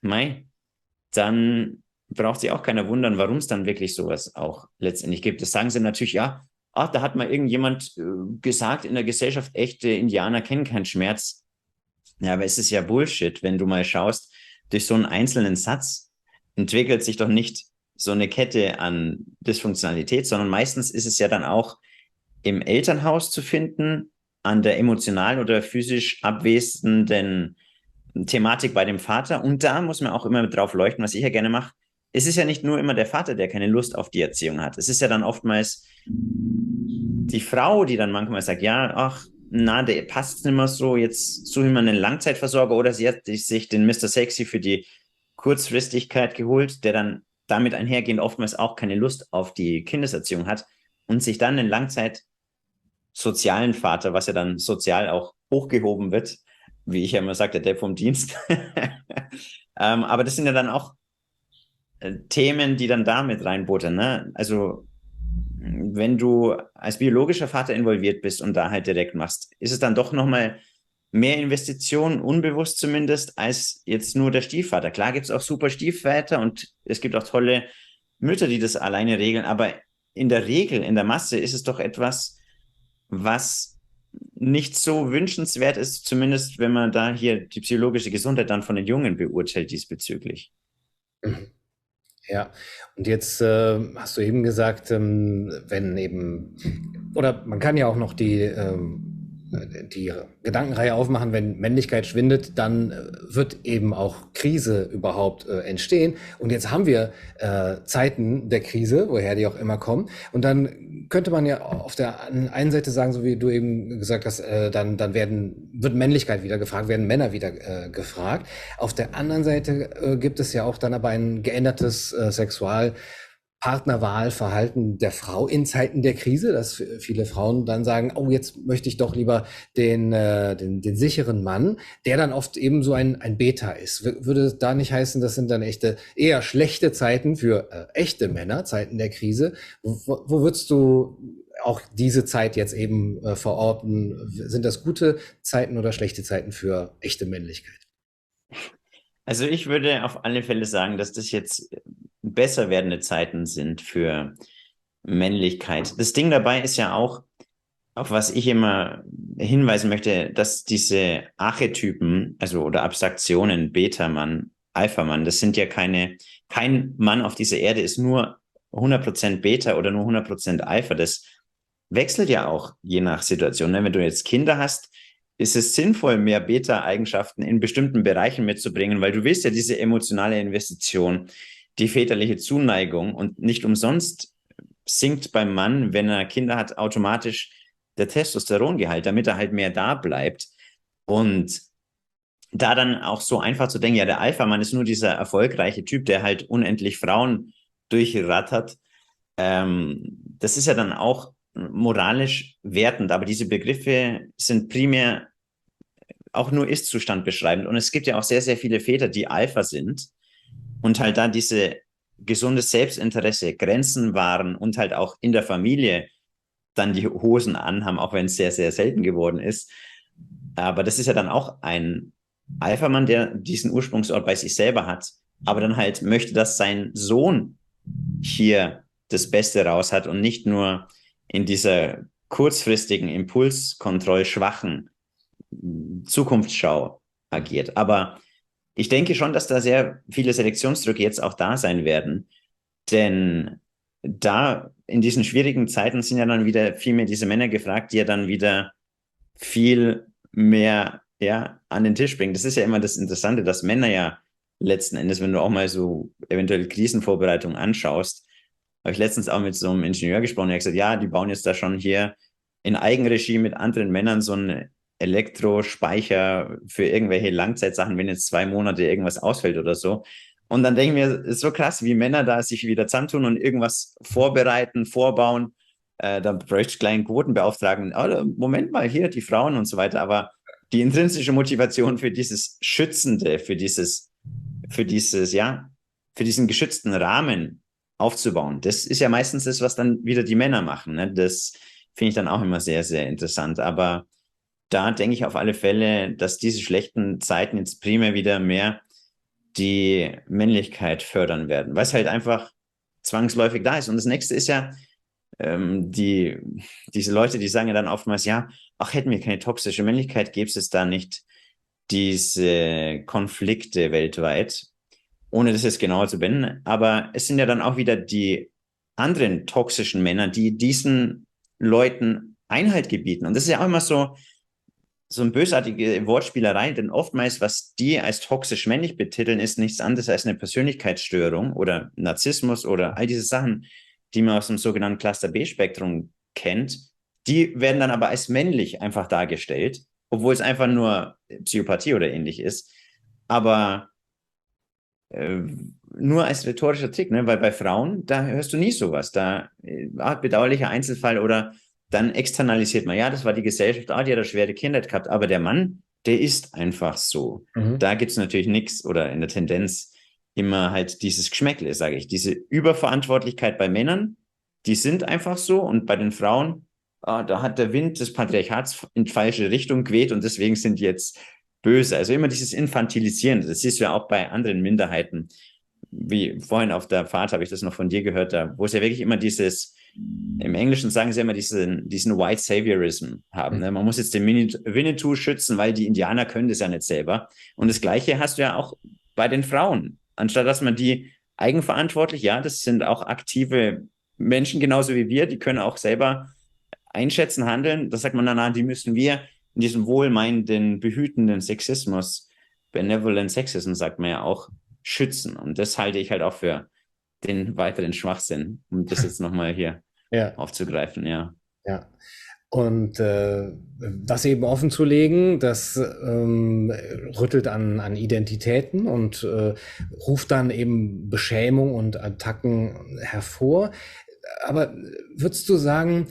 dann braucht sich auch keiner wundern, warum es dann wirklich sowas auch letztendlich gibt. Das sagen sie natürlich, ja, ach, da hat mal irgendjemand gesagt, in der Gesellschaft, echte Indianer kennen keinen Schmerz. Ja, aber es ist ja Bullshit, wenn du mal schaust, durch so einen einzelnen Satz entwickelt sich doch nicht so eine Kette an Dysfunktionalität, sondern meistens ist es ja dann auch im Elternhaus zu finden, an der emotional oder physisch abwesenden Thematik bei dem Vater. Und da muss man auch immer drauf leuchten, was ich ja gerne mache. Es ist ja nicht nur immer der Vater, der keine Lust auf die Erziehung hat. Es ist ja dann oftmals die Frau, die dann manchmal sagt, ja, ach, na, der passt nicht mehr so, jetzt suche ich mal einen Langzeitversorger oder sie hat sich den Mr. Sexy für die Kurzfristigkeit geholt, der dann damit einhergehend oftmals auch keine Lust auf die Kindeserziehung hat und sich dann einen langzeitsozialen Vater, was ja dann sozial auch hochgehoben wird, wie ich ja immer sage, der Depp vom Dienst. Aber das sind ja dann auch Themen, die dann damit reinbuttern, ne? Also wenn du als biologischer Vater involviert bist und da halt direkt machst, ist es dann doch nochmal mehr Investitionen, unbewusst zumindest, als jetzt nur der Stiefvater. Klar gibt es auch super Stiefväter und es gibt auch tolle Mütter, die das alleine regeln, aber in der Regel, in der Masse ist es doch etwas, was nicht so wünschenswert ist, zumindest wenn man da hier die psychologische Gesundheit dann von den Jungen beurteilt diesbezüglich. Mhm. Ja, und jetzt hast du eben gesagt, wenn eben, oder man kann ja auch noch die Gedankenreihe aufmachen, wenn Männlichkeit schwindet, dann wird eben auch Krise überhaupt entstehen. Und jetzt haben wir Zeiten der Krise, woher die auch immer kommen. Und dann könnte man ja auf der einen Seite sagen, so wie du eben gesagt hast, dann wird Männlichkeit wieder gefragt, werden Männer wieder gefragt. Auf der anderen Seite gibt es ja auch dann aber ein geändertes Partnerwahlverhalten der Frau in Zeiten der Krise, dass viele Frauen dann sagen, oh, jetzt möchte ich doch lieber den sicheren Mann, der dann oft eben so ein Beta ist. Würde da nicht heißen, das sind dann eher schlechte Zeiten für echte Männer, Zeiten der Krise? Wo würdest du auch diese Zeit jetzt eben verorten? Sind das gute Zeiten oder schlechte Zeiten für echte Männlichkeit? Also ich würde auf alle Fälle sagen, dass das jetzt besser werdende Zeiten sind für Männlichkeit. Das Ding dabei ist ja auch, auf was ich immer hinweisen möchte, dass diese Archetypen, also oder Abstraktionen, Beta-Mann, Alpha-Mann, das sind ja kein Mann auf dieser Erde ist nur 100% Beta oder nur 100% Alpha. Das wechselt ja auch je nach Situation. Ne? Wenn du jetzt Kinder hast, ist es sinnvoll, mehr Beta-Eigenschaften in bestimmten Bereichen mitzubringen, weil du willst ja diese emotionale Investition, die väterliche Zuneigung und nicht umsonst sinkt beim Mann, wenn er Kinder hat, automatisch der Testosterongehalt, damit er halt mehr da bleibt. Und da dann auch so einfach zu denken, ja, der Alpha-Mann ist nur dieser erfolgreiche Typ, der halt unendlich Frauen durchrattert. Das ist ja dann auch moralisch wertend, aber diese Begriffe sind primär auch nur Ist-Zustand beschreibend. Und es gibt ja auch sehr, sehr viele Väter, die Alpha sind und halt da diese gesundes Selbstinteresse, Grenzen wahren und halt auch in der Familie dann die Hosen anhaben, auch wenn es sehr, sehr selten geworden ist. Aber das ist ja dann auch ein Alpha-Mann, der diesen Ursprungsort bei sich selber hat, aber dann halt möchte, dass sein Sohn hier das Beste raus hat und nicht nur in dieser kurzfristigen, impulskontrollschwachen Zukunftsschau agiert. Aber ich denke schon, dass da sehr viele Selektionsdrücke jetzt auch da sein werden, denn da in diesen schwierigen Zeiten sind ja dann wieder viel mehr diese Männer gefragt, die ja dann wieder viel mehr ja, an den Tisch bringen. Das ist ja immer das Interessante, dass Männer ja letzten Endes, wenn du auch mal so eventuell Krisenvorbereitung anschaust, habe ich letztens auch mit so einem Ingenieur gesprochen, der hat gesagt, ja, die bauen jetzt da schon hier in Eigenregie mit anderen Männern so einen Elektrospeicher für irgendwelche Langzeitsachen, wenn jetzt 2 Monate irgendwas ausfällt oder so. Und dann denke ich mir, es ist so krass, wie Männer da sich wieder zusammentun und irgendwas vorbereiten, vorbauen. Da bräuchte ich kleinen Quotenbeauftragten. Oh, Moment mal, hier die Frauen und so weiter. Aber die intrinsische Motivation für dieses Schützende, ja, für diesen geschützten Rahmen aufzubauen, das ist ja meistens das, was dann wieder die Männer machen. Ne? Das finde ich dann auch immer sehr, sehr interessant. Aber da denke ich auf alle Fälle, dass diese schlechten Zeiten jetzt primär wieder mehr die Männlichkeit fördern werden, weil es halt einfach zwangsläufig da ist. Und das nächste ist ja, diese Leute, die sagen ja dann oftmals, ja, ach, hätten wir keine toxische Männlichkeit, gäbe es da nicht diese Konflikte weltweit, ohne das jetzt genauer zu benennen. Aber es sind ja dann auch wieder die anderen toxischen Männer, die diesen Leuten Einhalt gebieten. Und das ist ja auch immer so eine bösartige Wortspielerei, denn oftmals, was die als toxisch männlich betiteln, ist nichts anderes als eine Persönlichkeitsstörung oder Narzissmus oder all diese Sachen, die man aus dem sogenannten Cluster B-Spektrum kennt. Die werden dann aber als männlich einfach dargestellt, obwohl es einfach nur Psychopathie oder ähnlich ist. Aber nur als rhetorischer Trick, ne? Weil bei Frauen, da hörst du nie sowas. Da, bedauerlicher Einzelfall oder dann externalisiert man, ja, das war die Gesellschaft, die hat eine schwere Kindheit gehabt, aber der Mann, der ist einfach so. Mhm. Da gibt es natürlich nichts oder in der Tendenz immer halt dieses Geschmäckle, sage ich, diese Überverantwortlichkeit bei Männern, die sind einfach so und bei den Frauen, da hat der Wind des Patriarchats in die falsche Richtung geweht und deswegen sind die jetzt böse. Also immer dieses Infantilisieren, das siehst du ja auch bei anderen Minderheiten. Wie vorhin auf der Fahrt habe ich das noch von dir gehört, da, wo es ja wirklich immer dieses, im Englischen sagen sie immer diesen White Saviorism haben. Ne? Man muss jetzt den Winnetou schützen, weil die Indianer können das ja nicht selber. Und das Gleiche hast du ja auch bei den Frauen. Anstatt dass man die eigenverantwortlich, ja, das sind auch aktive Menschen, genauso wie wir, die können auch selber einschätzen, handeln. Da sagt man, na, die müssen wir in diesem wohlmeinenden, behütenden Sexismus, Benevolent Sexism, sagt man ja auch, schützen. Und das halte ich halt auch für den weiteren Schwachsinn, um das jetzt nochmal hier Ja, aufzugreifen, ja. ja. Und das eben offen zu legen, das rüttelt an Identitäten und ruft dann eben Beschämung und Attacken hervor. Aber würdest du sagen,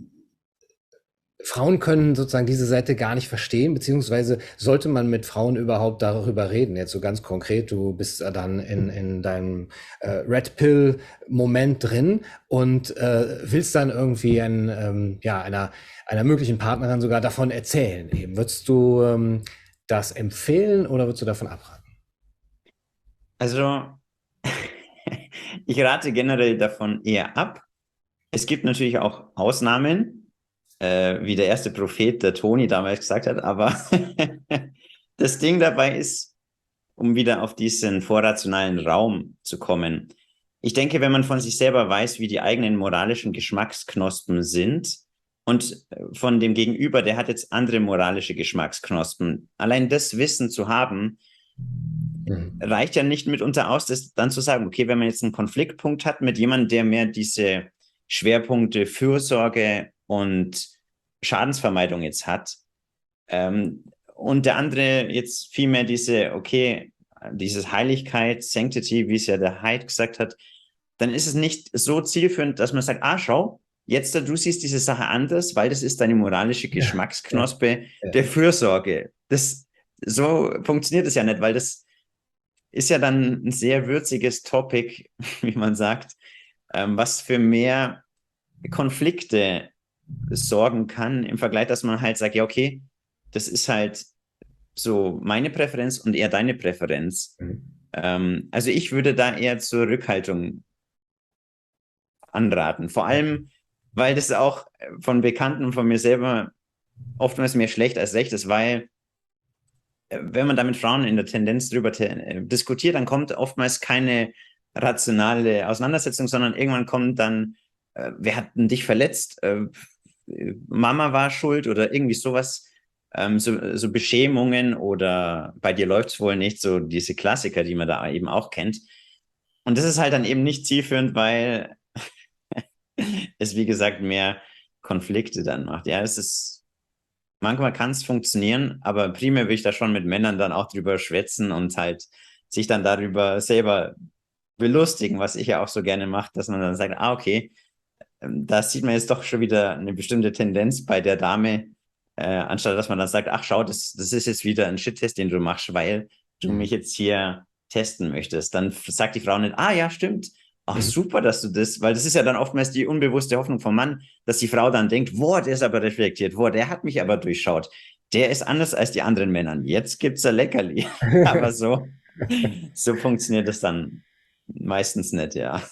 Frauen können sozusagen diese Seite gar nicht verstehen, beziehungsweise sollte man mit Frauen überhaupt darüber reden? Jetzt so ganz konkret, du bist dann in deinem Red Pill-Moment drin und willst dann irgendwie ja, einer möglichen Partnerin sogar davon erzählen. Eben. Würdest du das empfehlen oder würdest du davon abraten? Also, ich rate generell davon eher ab. Es gibt natürlich auch Ausnahmen, wie der erste Prophet, der Toni damals gesagt hat, aber das Ding dabei ist, um wieder auf diesen vorrationalen Raum zu kommen. Ich denke, wenn man von sich selber weiß, wie die eigenen moralischen Geschmacksknospen sind und von dem Gegenüber, der hat jetzt andere moralische Geschmacksknospen, allein das Wissen zu haben, reicht ja nicht mitunter aus, das dann zu sagen, okay, wenn man jetzt einen Konfliktpunkt hat mit jemandem, der mehr diese Schwerpunkte Fürsorge und Schadensvermeidung jetzt hat, und der andere jetzt vielmehr dieses Heiligkeit, Sanctity, wie es ja der Haidt gesagt hat, dann ist es nicht so zielführend, dass man sagt, schau, jetzt du siehst diese Sache anders, weil das ist deine moralische Geschmacksknospe Ja. der Fürsorge. So funktioniert es ja nicht, weil das ist ja dann ein sehr würziges Topic, wie man sagt, was für mehr Konflikte sorgen kann im Vergleich, dass man halt sagt, ja, okay, das ist halt so meine Präferenz und eher deine Präferenz. Also ich würde da eher zur Rückhaltung anraten. Vor allem, weil das auch von Bekannten und von mir selber oftmals mehr schlecht als recht ist, weil wenn man da mit Frauen in der Tendenz drüber diskutiert, dann kommt oftmals keine rationale Auseinandersetzung, sondern irgendwann kommt dann, wer hat denn dich verletzt? Mama war schuld oder irgendwie sowas, so Beschämungen oder bei dir läuft's wohl nicht, so diese Klassiker, die man da eben auch kennt. Und das ist halt dann eben nicht zielführend, weil es, wie gesagt, mehr Konflikte dann macht. Ja, manchmal kann es funktionieren, aber primär will ich da schon mit Männern dann auch drüber schwätzen und halt sich dann darüber selber belustigen, was ich ja auch so gerne mache, dass man dann sagt, okay, da sieht man jetzt doch schon wieder eine bestimmte Tendenz bei der Dame, anstatt dass man dann sagt, schau, das ist jetzt wieder ein Shit-Test, den du machst, weil du mich jetzt hier testen möchtest. Dann sagt die Frau nicht, ja, stimmt. Super, dass du das, weil das ist ja dann oftmals die unbewusste Hoffnung vom Mann, dass die Frau dann denkt, der ist aber reflektiert, der hat mich aber durchschaut. Der ist anders als die anderen Männer. Jetzt gibt's ein Leckerli. Aber so funktioniert das dann meistens nicht, ja.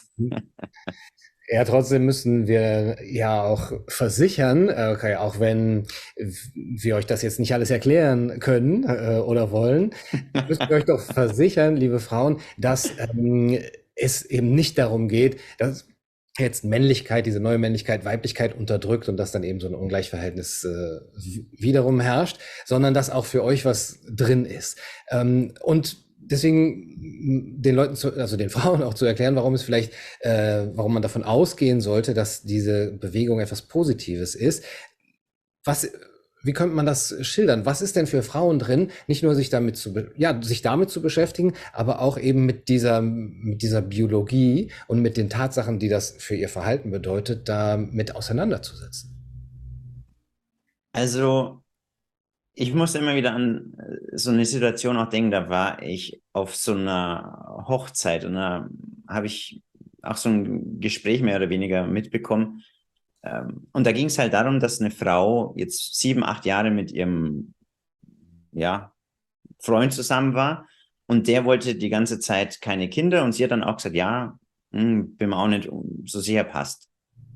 Ja, trotzdem müssen wir ja auch versichern, okay, auch wenn wir euch das jetzt nicht alles erklären können oder wollen, müssen wir euch doch versichern, liebe Frauen, dass es eben nicht darum geht, dass jetzt Männlichkeit, diese neue Männlichkeit, Weiblichkeit unterdrückt und dass dann eben so ein Ungleichverhältnis wiederum herrscht, sondern dass auch für euch was drin ist. Und deswegen den Leuten, also den Frauen auch zu erklären, warum es vielleicht, warum man davon ausgehen sollte, dass diese Bewegung etwas Positives ist. Was wie könnte man das schildern? Was ist denn für Frauen drin, nicht nur sich damit sich damit zu beschäftigen, aber auch eben mit dieser Biologie und mit den Tatsachen, die das für ihr Verhalten bedeutet, damit auseinanderzusetzen? Also, ich muss immer wieder an so eine Situation auch denken, da war ich auf so einer Hochzeit und da habe ich auch so ein Gespräch mehr oder weniger mitbekommen. Und da ging es halt darum, dass eine Frau jetzt 7, 8 Jahre mit ihrem, ja, Freund zusammen war und der wollte die ganze Zeit keine Kinder und sie hat dann auch gesagt, ja, bin mir auch nicht so sicher, passt.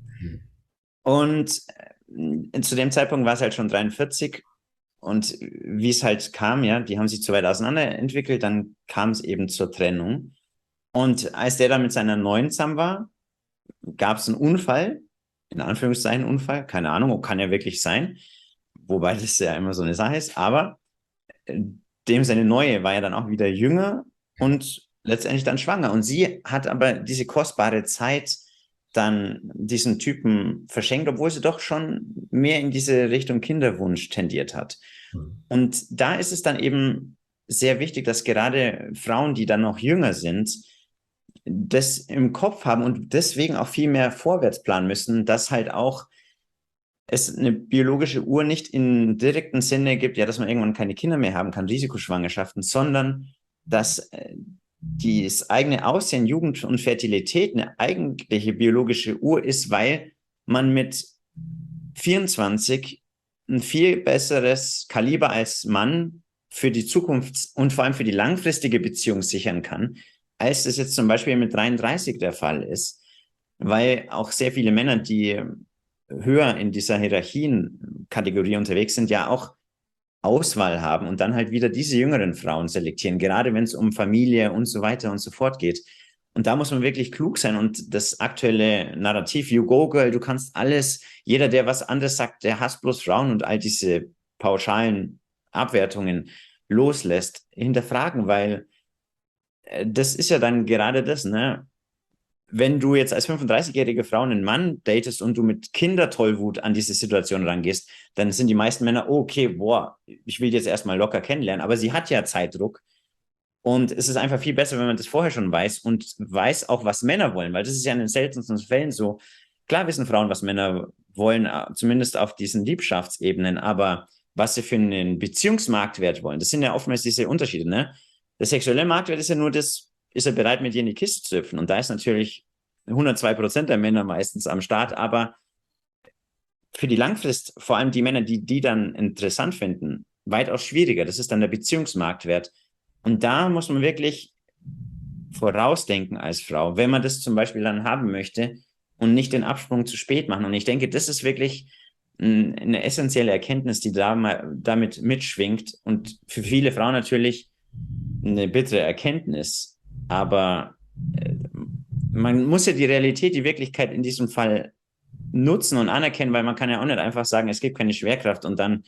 Und zu dem Zeitpunkt war es halt schon 43 und wie es halt kam, ja, die haben sich zu weit auseinander entwickelt, dann kam es eben zur Trennung. Und als der dann mit seiner neuen zusammen war, gab es einen Unfall, in Anführungszeichen Unfall, keine Ahnung, kann ja wirklich sein, wobei das ja immer so eine Sache ist, aber dem seine neue war ja dann auch wieder jünger und letztendlich dann schwanger. Und sie hat aber diese kostbare Zeit dann diesen Typen verschenkt, obwohl sie doch schon mehr in diese Richtung Kinderwunsch tendiert hat. Und da ist es dann eben sehr wichtig, dass gerade Frauen, die dann noch jünger sind, das im Kopf haben und deswegen auch viel mehr vorwärts planen müssen, dass halt auch es eine biologische Uhr nicht im direkten Sinne gibt, ja, dass man irgendwann keine Kinder mehr haben kann, Risikoschwangerschaften, sondern dass das eigene Aussehen, Jugend und Fertilität eine eigentliche biologische Uhr ist, weil man mit 24 ein viel besseres Kaliber als Mann für die Zukunft und vor allem für die langfristige Beziehung sichern kann, als das jetzt zum Beispiel mit 33 der Fall ist, weil auch sehr viele Männer, die höher in dieser Hierarchienkategorie unterwegs sind, ja auch Auswahl haben und dann halt wieder diese jüngeren Frauen selektieren, gerade wenn es um Familie und so weiter und so fort geht. Und da muss man wirklich klug sein und das aktuelle Narrativ, you go girl, du kannst alles, jeder, der was anderes sagt, der hasst bloß Frauen und all diese pauschalen Abwertungen loslässt, hinterfragen, weil das ist ja dann gerade das, ne? Wenn du jetzt als 35-jährige Frau einen Mann datest und du mit Kindertollwut an diese Situation rangehst, dann sind die meisten Männer, oh, okay, boah, ich will jetzt erstmal locker kennenlernen, aber sie hat ja Zeitdruck. Und es ist einfach viel besser, wenn man das vorher schon weiß und weiß auch, was Männer wollen, weil das ist ja in den seltensten Fällen so. Klar wissen Frauen, was Männer wollen, zumindest auf diesen Liebschaftsebenen, aber was sie für einen Beziehungsmarktwert wollen, das sind ja oftmals diese Unterschiede, ne? Der sexuelle Marktwert ist ja nur das, ist er bereit, mit dir in die Kiste zu hüpfen? Und da ist natürlich 102% der Männer meistens am Start, aber für die Langfrist, vor allem die Männer, die dann interessant finden, weitaus schwieriger. Das ist dann der Beziehungsmarktwert. Und da muss man wirklich vorausdenken als Frau, wenn man das zum Beispiel dann haben möchte und nicht den Absprung zu spät machen. Und ich denke, das ist wirklich eine essentielle Erkenntnis, die damit mitschwingt und für viele Frauen natürlich eine bittere Erkenntnis. Aber man muss ja die Realität, die Wirklichkeit in diesem Fall nutzen und anerkennen, weil man kann ja auch nicht einfach sagen, es gibt keine Schwerkraft und dann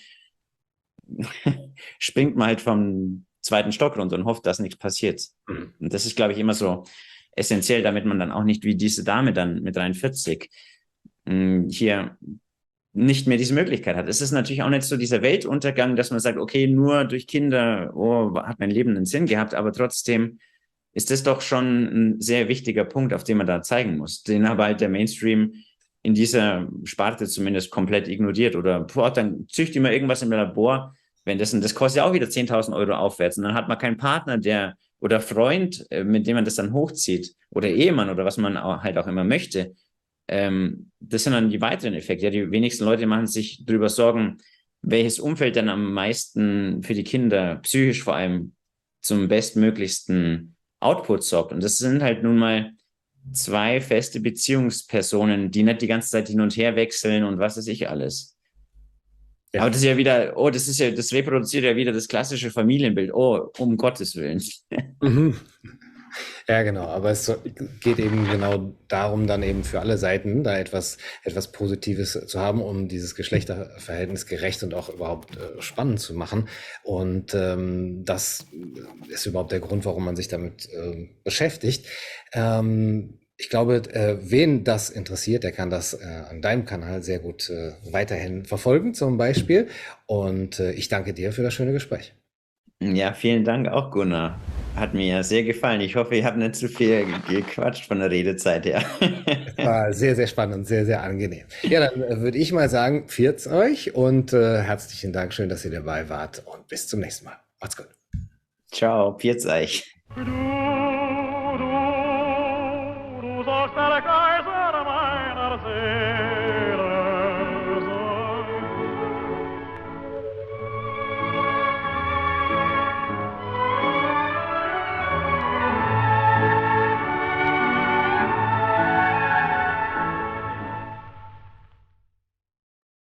springt man halt vom zweiten Stock runter und hofft, dass nichts passiert. Und das ist, glaube ich, immer so essentiell, damit man dann auch nicht wie diese Dame dann mit 43 hier nicht mehr diese Möglichkeit hat. Es ist natürlich auch nicht so dieser Weltuntergang, dass man sagt, okay, nur durch Kinder, oh, hat mein Leben einen Sinn gehabt, aber trotzdem ist das doch schon ein sehr wichtiger Punkt, auf den man da zeigen muss, den aber halt der Mainstream in dieser Sparte zumindest komplett ignoriert oder boah, dann züchte ich mal irgendwas im Labor, wenn das kostet ja auch wieder 10.000 Euro aufwärts und dann hat man keinen Partner, der oder Freund, mit dem man das dann hochzieht oder Ehemann oder was man halt auch immer möchte. Das sind dann die weiteren Effekte. Ja, die wenigsten Leute machen sich darüber Sorgen, welches Umfeld dann am meisten für die Kinder, psychisch vor allem, zum bestmöglichsten Output sorgt. Und das sind halt nun mal zwei feste Beziehungspersonen, die nicht die ganze Zeit hin und her wechseln und was weiß ich alles. Ja. Aber das ist ja wieder, oh, das reproduziert ja wieder das klassische Familienbild. Oh, um Gottes Willen. Mhm. Ja, genau. Aber es geht eben genau darum, dann eben für alle Seiten da etwas Positives zu haben, um dieses Geschlechterverhältnis gerecht und auch überhaupt spannend zu machen. Und das ist überhaupt der Grund, warum man sich damit beschäftigt. Ich glaube, wen das interessiert, der kann das an deinem Kanal sehr gut weiterhin verfolgen, zum Beispiel. Und ich danke dir für das schöne Gespräch. Ja, vielen Dank auch, Gunnar. Hat mir sehr gefallen. Ich hoffe, ihr habt nicht zu viel gequatscht von der Redezeit her. Es war sehr, sehr spannend und sehr, sehr angenehm. Ja, dann würde ich mal sagen, pfiat's euch und herzlichen Dank, schön, dass ihr dabei wart und bis zum nächsten Mal. Macht's gut. Ciao, pfiat euch.